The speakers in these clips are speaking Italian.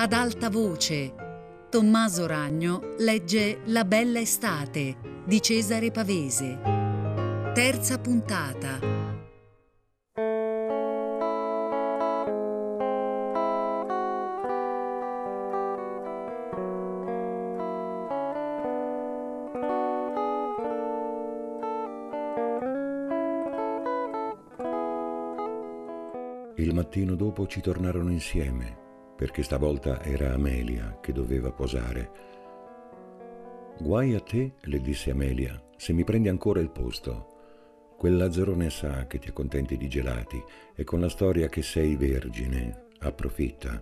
ad alta voce. Tommaso Ragno legge La bella estate di Cesare Pavese. Terza puntata. Il mattino dopo ci tornarono insieme, perché stavolta era Amelia che doveva posare. «Guai a te», le disse Amelia, «se mi prendi ancora il posto. Quel Lazzarone sa che ti accontenti di gelati e con la storia che sei vergine approfitta».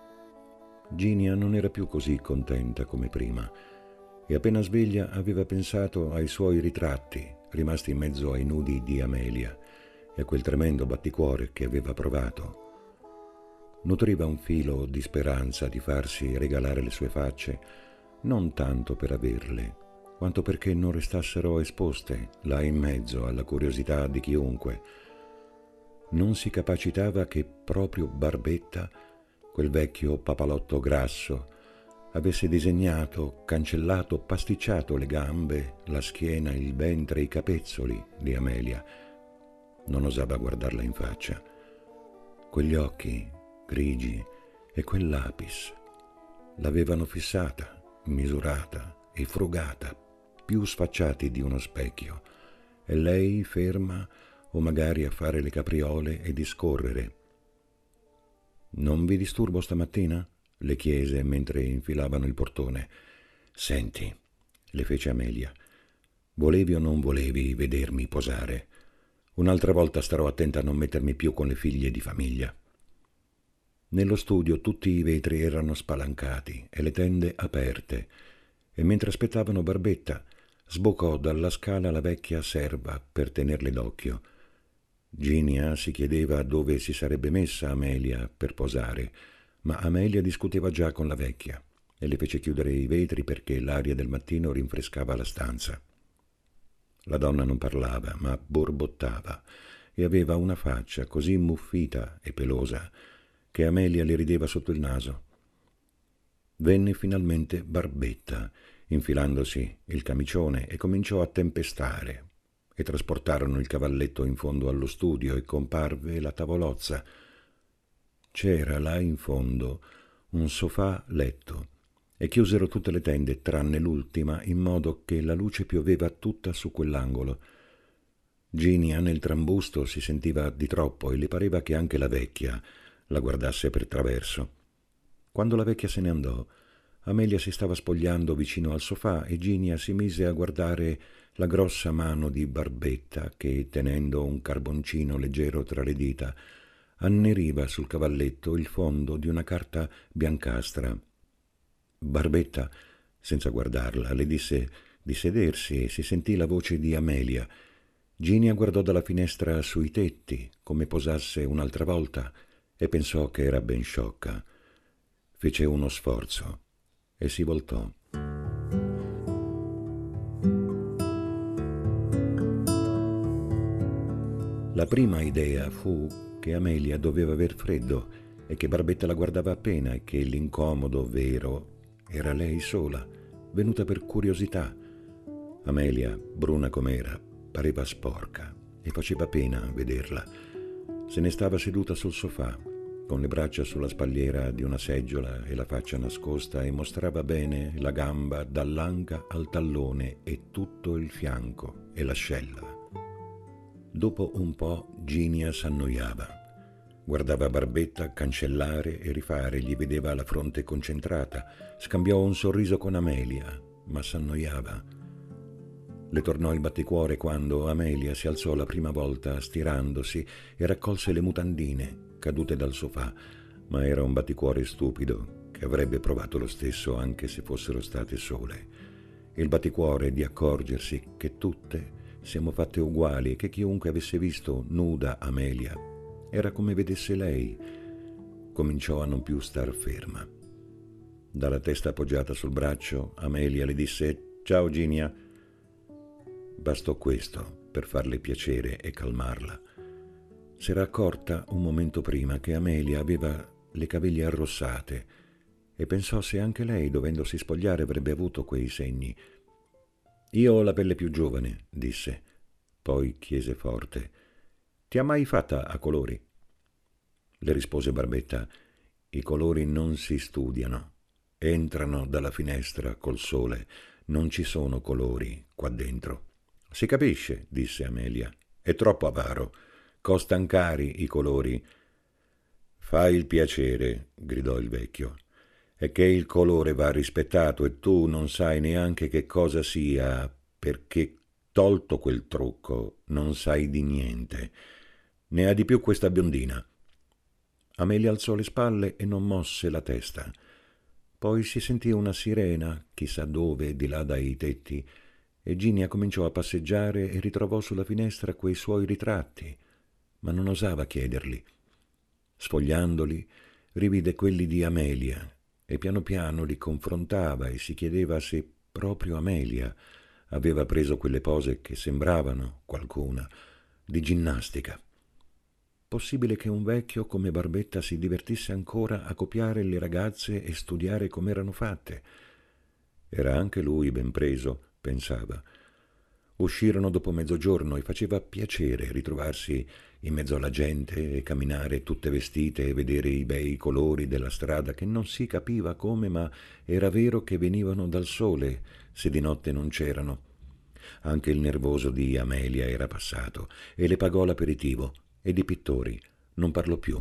Ginia non era più così contenta come prima e appena sveglia aveva pensato ai suoi ritratti rimasti in mezzo ai nudi di Amelia e a quel tremendo batticuore che aveva provato. Nutriva un filo di speranza di farsi regalare le sue facce, non tanto per averle, quanto perché non restassero esposte là in mezzo alla curiosità di chiunque. Non si capacitava che proprio Barbetta, quel vecchio papalotto grasso, avesse disegnato, cancellato, pasticciato le gambe, la schiena, il ventre, i capezzoli di Amelia. Non osava guardarla in faccia. Quegli occhi grigi e quel lapis l'avevano fissata, misurata e frugata, più sfacciati di uno specchio, e lei ferma o magari a fare le capriole e discorrere. «Non vi disturbo stamattina?» le chiese mentre infilavano il portone. «Senti», le fece Amelia, «volevi o non volevi vedermi posare? Un'altra volta starò attenta a non mettermi più con le figlie di famiglia». Nello studio tutti i vetri erano spalancati e le tende aperte, e mentre aspettavano Barbetta, sboccò dalla scala la vecchia serva per tenerle d'occhio. Ginia si chiedeva dove si sarebbe messa Amelia per posare, ma Amelia discuteva già con la vecchia e le fece chiudere i vetri perché l'aria del mattino rinfrescava la stanza. La donna non parlava, ma borbottava e aveva una faccia così muffita e pelosa che Amelia le rideva sotto il naso. Venne finalmente Barbetta, infilandosi il camicione, e cominciò a tempestare, e trasportarono il cavalletto in fondo allo studio e comparve la tavolozza. C'era là in fondo un sofà letto e chiusero tutte le tende tranne l'ultima, in modo che la luce pioveva tutta su quell'angolo. Ginia nel trambusto si sentiva di troppo e le pareva che anche la vecchia la guardasse per traverso. Quando la vecchia se ne andò, Amelia si stava spogliando vicino al sofà e Ginia si mise a guardare la grossa mano di Barbetta che, tenendo un carboncino leggero tra le dita, anneriva sul cavalletto il fondo di una carta biancastra. Barbetta, senza guardarla, le disse di sedersi e si sentì la voce di Amelia. Ginia guardò dalla finestra sui tetti, come posasse un'altra volta, e pensò che era ben sciocca. Fece uno sforzo e si voltò. La prima idea fu che Amelia doveva aver freddo e che Barbetta la guardava appena e che l'incomodo vero era lei sola, venuta per curiosità. Amelia, bruna com'era, pareva sporca e faceva pena vederla. Se ne stava seduta sul sofà, con le braccia sulla spalliera di una seggiola e la faccia nascosta, e mostrava bene la gamba dall'anca al tallone e tutto il fianco e l'ascella. Dopo un po' Ginia s'annoiava. Guardava Barbetta cancellare e rifare, gli vedeva la fronte concentrata, scambiò un sorriso con Amelia, ma s'annoiava. Le tornò il batticuore quando Amelia si alzò la prima volta stirandosi e raccolse le mutandine cadute dal sofà, ma era un batticuore stupido che avrebbe provato lo stesso anche se fossero state sole. Il batticuore di accorgersi che tutte siamo fatte uguali e che chiunque avesse visto nuda Amelia era come vedesse lei. Cominciò a non più star ferma. Dalla testa appoggiata sul braccio, Amelia le disse «Ciao Ginia». Bastò questo per farle piacere e calmarla. S'era accorta un momento prima che Amelia aveva le caviglie arrossate e pensò se anche lei, dovendosi spogliare, avrebbe avuto quei segni. «Io ho la pelle più giovane», disse. Poi chiese forte: «Ti ha mai fatta a colori?» Le rispose Barbetta: «I colori non si studiano. Entrano dalla finestra col sole. Non ci sono colori qua dentro». «Si capisce», disse Amelia. «È troppo avaro. Costan cari i colori». «Fai il piacere», gridò il vecchio. «È che il colore va rispettato e tu non sai neanche che cosa sia, perché, tolto quel trucco, non sai di niente. Ne ha di più questa biondina». Amelia alzò le spalle e non mosse la testa. Poi si sentì una sirena, chissà dove, di là dai tetti, e Ginia cominciò a passeggiare e ritrovò sulla finestra quei suoi ritratti, ma non osava chiederli. Sfogliandoli, rivide quelli di Amelia e piano piano li confrontava e si chiedeva se proprio Amelia aveva preso quelle pose che sembravano, qualcuna, di ginnastica. Possibile che un vecchio come Barbetta si divertisse ancora a copiare le ragazze e studiare com'erano fatte? Era anche lui ben preso, pensava. Uscirono dopo mezzogiorno e faceva piacere ritrovarsi in mezzo alla gente e camminare tutte vestite e vedere i bei colori della strada che non si capiva come, ma era vero che venivano dal sole se di notte non c'erano. Anche il nervoso di Amelia era passato e le pagò l'aperitivo, e di pittori non parlò più.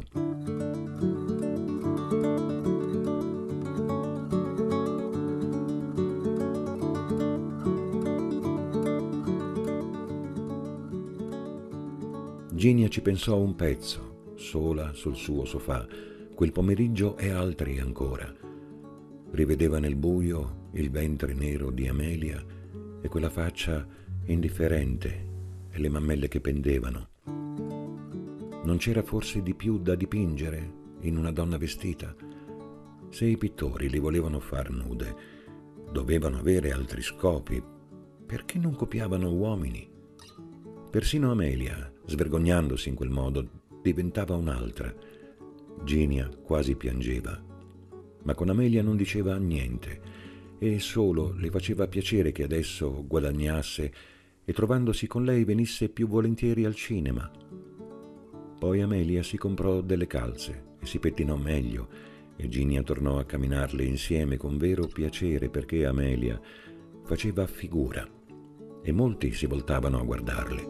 Ginia ci pensò un pezzo, sola sul suo sofà, quel pomeriggio e altri ancora. Rivedeva nel buio il ventre nero di Amelia e quella faccia indifferente e le mammelle che pendevano. Non c'era forse di più da dipingere in una donna vestita? Se i pittori li volevano far nude, dovevano avere altri scopi. Perché non copiavano uomini? Persino Amelia, svergognandosi in quel modo, diventava un'altra. Ginia quasi piangeva, ma con Amelia non diceva niente e solo le faceva piacere che adesso guadagnasse e trovandosi con lei venisse più volentieri al cinema. Poi Amelia si comprò delle calze e si pettinò meglio e Ginia tornò a camminarle insieme con vero piacere perché Amelia faceva figura e molti si voltavano a guardarle.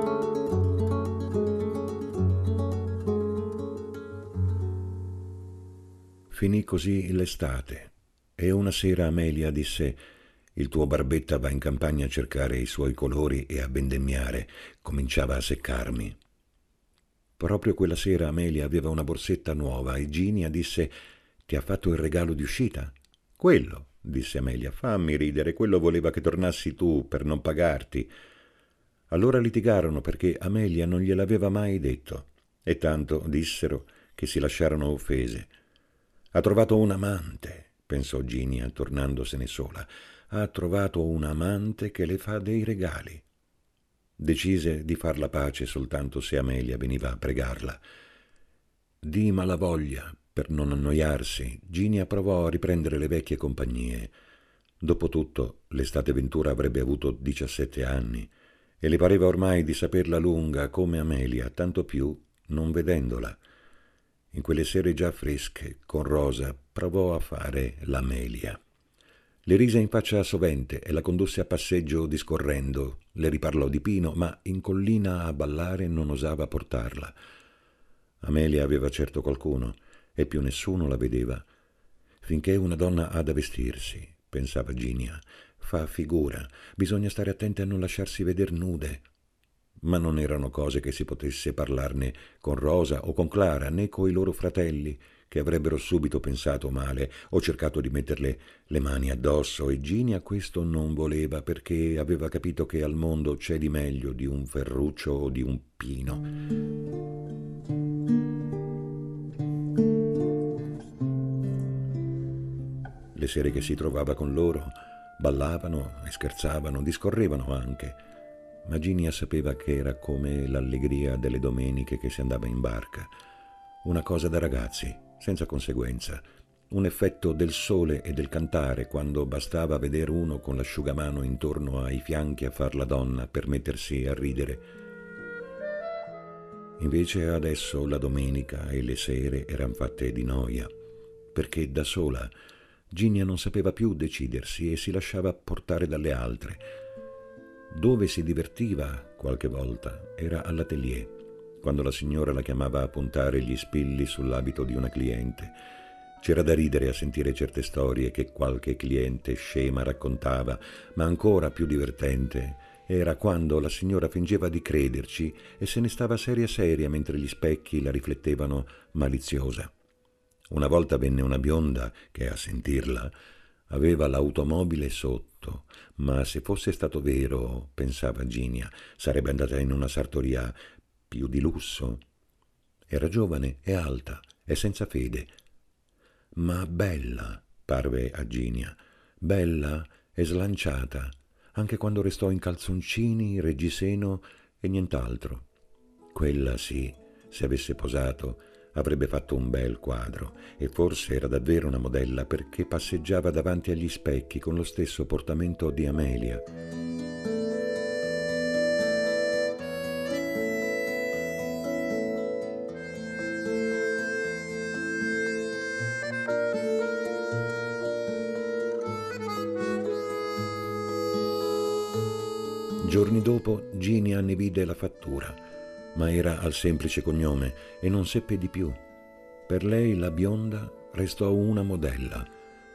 Finì così l'estate e una sera Amelia disse: «Il tuo Barbetta va in campagna a cercare i suoi colori e a vendemmiare. Cominciava a seccarmi». Proprio quella sera Amelia aveva una borsetta nuova e Ginia disse: «Ti ha fatto il regalo di uscita?» «Quello», disse Amelia. «Fammi ridere, quello voleva che tornassi tu per non pagarti». Allora litigarono perché Amelia non gliel'aveva mai detto e tanto dissero che si lasciarono offese. «Ha trovato un amante», pensò Ginia tornandosene sola. «Ha trovato un amante che le fa dei regali». Decise di far la pace soltanto se Amelia veniva a pregarla. Di malavoglia, per non annoiarsi, Ginia provò a riprendere le vecchie compagnie. Dopotutto, l'estate Ventura avrebbe avuto 17 anni e le pareva ormai di saperla lunga come Amelia, tanto più non vedendola. In quelle sere già fresche, con Rosa, provò a fare l'Amelia. Le rise in faccia sovente e la condusse a passeggio discorrendo. Le riparlò di Pino, ma in collina a ballare non osava portarla. Amelia aveva certo qualcuno e più nessuno la vedeva. Finché una donna ha da vestirsi, pensava Ginia, fa figura, bisogna stare attente a non lasciarsi veder nude. Ma non erano cose che si potesse parlarne con Rosa o con Clara, né coi loro fratelli, che avrebbero subito pensato male o cercato di metterle le mani addosso, e Ginia questo non voleva perché aveva capito che al mondo c'è di meglio di un Ferruccio o di un Pino. Le sere che si trovava con loro ballavano e scherzavano, discorrevano anche, ma Ginia sapeva che era come l'allegria delle domeniche che si andava in barca, una cosa da ragazzi, senza conseguenza, un effetto del sole e del cantare, quando bastava vedere uno con l'asciugamano intorno ai fianchi a far la donna per mettersi a ridere. Invece adesso la domenica e le sere eran fatte di noia, perché da sola Ginia non sapeva più decidersi e si lasciava portare dalle altre. Dove si divertiva qualche volta era all'atelier, quando la signora la chiamava a puntare gli spilli sull'abito di una cliente. C'era da ridere a sentire certe storie che qualche cliente scema raccontava, ma ancora più divertente era quando la signora fingeva di crederci e se ne stava seria seria mentre gli specchi la riflettevano maliziosa. Una volta venne una bionda che, a sentirla, aveva l'automobile sotto, ma se fosse stato vero, pensava Ginia, sarebbe andata in una sartoria più di lusso. Era giovane e alta e senza fede, ma bella, parve a Ginia, bella e slanciata, anche quando restò in calzoncini, reggiseno e nient'altro. Quella sì, se avesse posato, avrebbe fatto un bel quadro, e forse era davvero una modella perché passeggiava davanti agli specchi con lo stesso portamento di Amelia. Giorni dopo Ginia ne vide la fattura, ma era al semplice cognome e non seppe di più. Per lei la bionda restò una modella.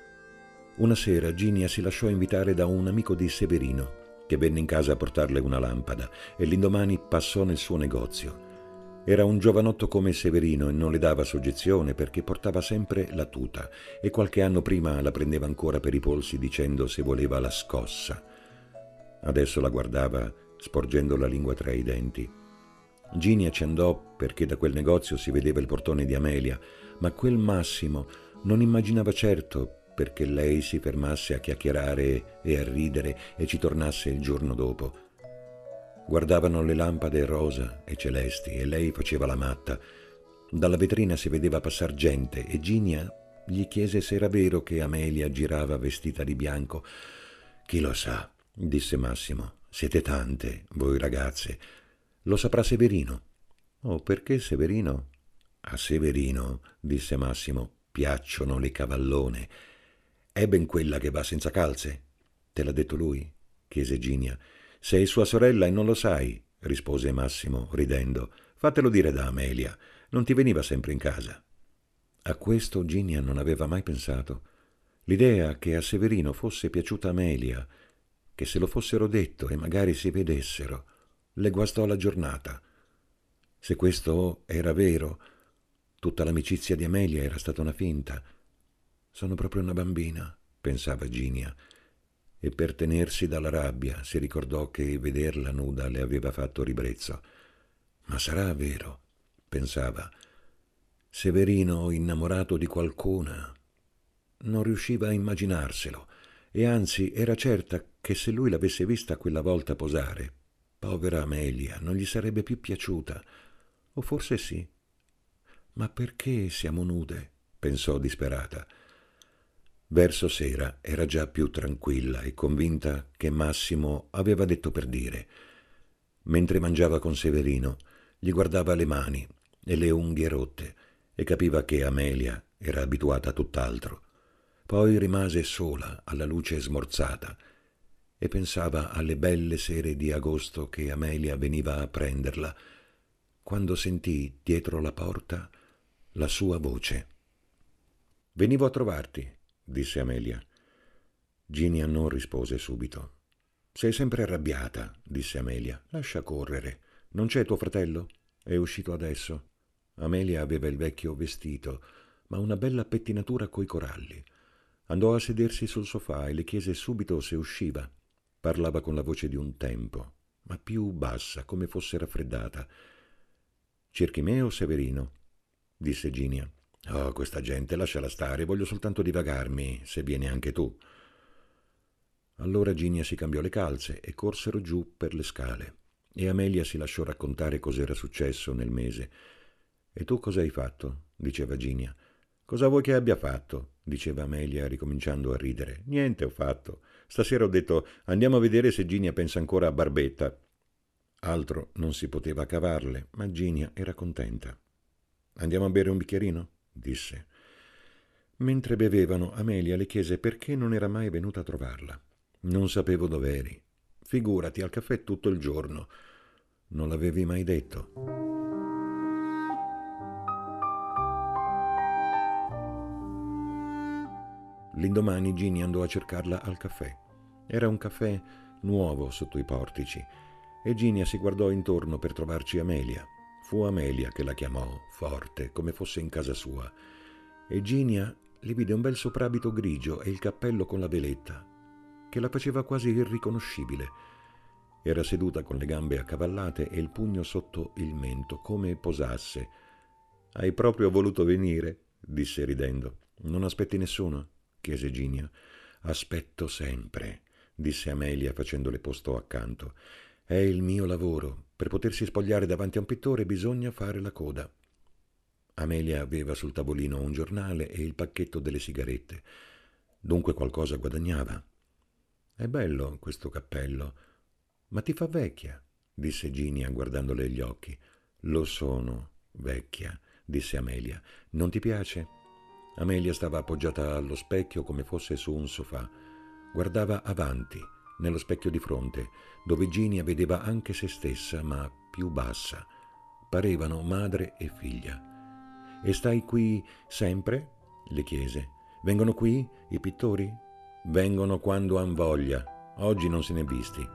Una sera Ginia si lasciò invitare da un amico di Severino, che venne in casa a portarle una lampada, e l'indomani passò nel suo negozio. Era un giovanotto come Severino e non le dava soggezione perché portava sempre la tuta, e qualche anno prima la prendeva ancora per i polsi dicendo se voleva la scossa. Adesso la guardava sporgendo la lingua tra i denti. Ginia ci andò perché da quel negozio si vedeva il portone di Amelia, ma quel Massimo non immaginava certo perché lei si fermasse a chiacchierare e a ridere e ci tornasse il giorno dopo. Guardavano le lampade rosa e celesti e lei faceva la matta. Dalla vetrina si vedeva passar gente e Ginia gli chiese se era vero che Amelia girava vestita di bianco. «Chi lo sa», disse Massimo, «siete tante, voi ragazze. Lo saprà Severino». «Oh, perché Severino?» «A Severino», disse Massimo, «piacciono le cavallone». «È ben quella che va senza calze?» «Te l'ha detto lui?» chiese Ginia. «Sei sua sorella e non lo sai», rispose Massimo, ridendo. «Fatelo dire da Amelia. Non ti veniva sempre in casa?» A questo Ginia non aveva mai pensato. L'idea che a Severino fosse piaciuta Amelia, che se lo fossero detto e magari si vedessero, le guastò la giornata. Se questo era vero, tutta l'amicizia di Amelia era stata una finta. «Sono proprio una bambina», pensava Ginia, e per tenersi dalla rabbia si ricordò che vederla nuda le aveva fatto ribrezzo. «Ma sarà vero», pensava, «Severino innamorato di qualcuna?» Non riusciva a immaginarselo, e anzi era certa che se lui l'avesse vista quella volta posare, povera Amelia, non gli sarebbe più piaciuta. O forse sì. «Ma perché siamo nude?» pensò disperata. Verso sera era già più tranquilla e convinta che Massimo aveva detto per dire. Mentre mangiava con Severino, gli guardava le mani e le unghie rotte e capiva che Amelia era abituata a tutt'altro. Poi rimase sola alla luce smorzata e pensava alle belle sere di agosto che Amelia veniva a prenderla, quando sentì dietro la porta la sua voce. «Venivo a trovarti», disse Amelia. Ginia non rispose subito. «Sei sempre arrabbiata», disse Amelia. «Lascia correre. Non c'è tuo fratello? È uscito adesso». Amelia aveva il vecchio vestito, ma una bella pettinatura coi coralli. Andò a sedersi sul sofà e le chiese subito se usciva. Parlava con la voce di un tempo, ma più bassa, come fosse raffreddata. «Cerchi me o Severino?» disse Ginia. «Oh, questa gente, lasciala stare, voglio soltanto divagarmi, se vieni anche tu». Allora Ginia si cambiò le calze e corsero giù per le scale, e Amelia si lasciò raccontare cos'era successo nel mese. «E tu cosa hai fatto?» diceva Ginia. «Cosa vuoi che abbia fatto?» diceva Amelia ricominciando a ridere. Niente ho fatto. Stasera ho detto andiamo a vedere se Ginia pensa ancora a Barbetta. Altro non si poteva cavarle, ma Ginia era contenta. Andiamo a bere un bicchierino? Disse. Mentre bevevano, Amelia le chiese perché non era mai venuta a trovarla. Non sapevo dov'eri. Figurati, al caffè tutto il giorno. Non l'avevi mai detto. L'indomani Ginny andò a cercarla al caffè. Era un caffè nuovo sotto i portici e Ginia si guardò intorno per trovarci Amelia. Fu Amelia che la chiamò, forte, come fosse in casa sua, e Ginia le vide un bel soprabito grigio e il cappello con la veletta, che la faceva quasi irriconoscibile. Era seduta con le gambe accavallate e il pugno sotto il mento, come posasse. «Hai proprio voluto venire?» disse ridendo. «Non aspetti nessuno?» chiese Ginia. «Aspetto sempre», disse Amelia facendole posto accanto. «È il mio lavoro. Per potersi spogliare davanti a un pittore bisogna fare la coda». Amelia aveva sul tavolino un giornale e il pacchetto delle sigarette. Dunque qualcosa guadagnava. «È bello questo cappello, ma ti fa vecchia», disse Ginia guardandole gli occhi. «Lo sono, vecchia», disse Amelia. «Non ti piace?» Amelia stava appoggiata allo specchio come fosse su un sofà. Guardava avanti, nello specchio di fronte, dove Ginia vedeva anche se stessa, ma più bassa. Parevano madre e figlia. «E stai qui sempre?» le chiese. «Vengono qui i pittori?» «Vengono quando han voglia. Oggi non se ne è visti».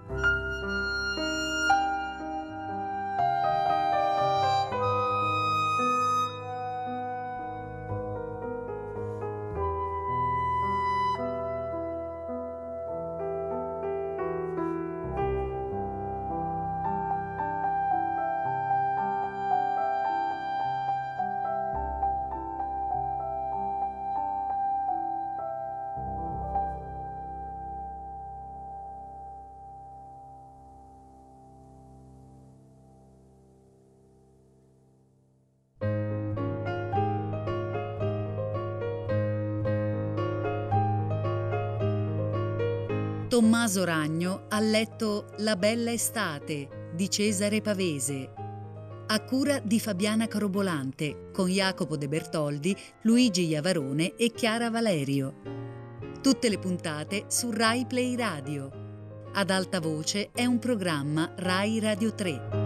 Tommaso Ragno ha letto La bella estate di Cesare Pavese, a cura di Fabiana Carobolante, con Jacopo De Bertoldi, Luigi Iavarone e Chiara Valerio. Tutte le puntate su Rai Play Radio. Ad alta voce è un programma Rai Radio 3.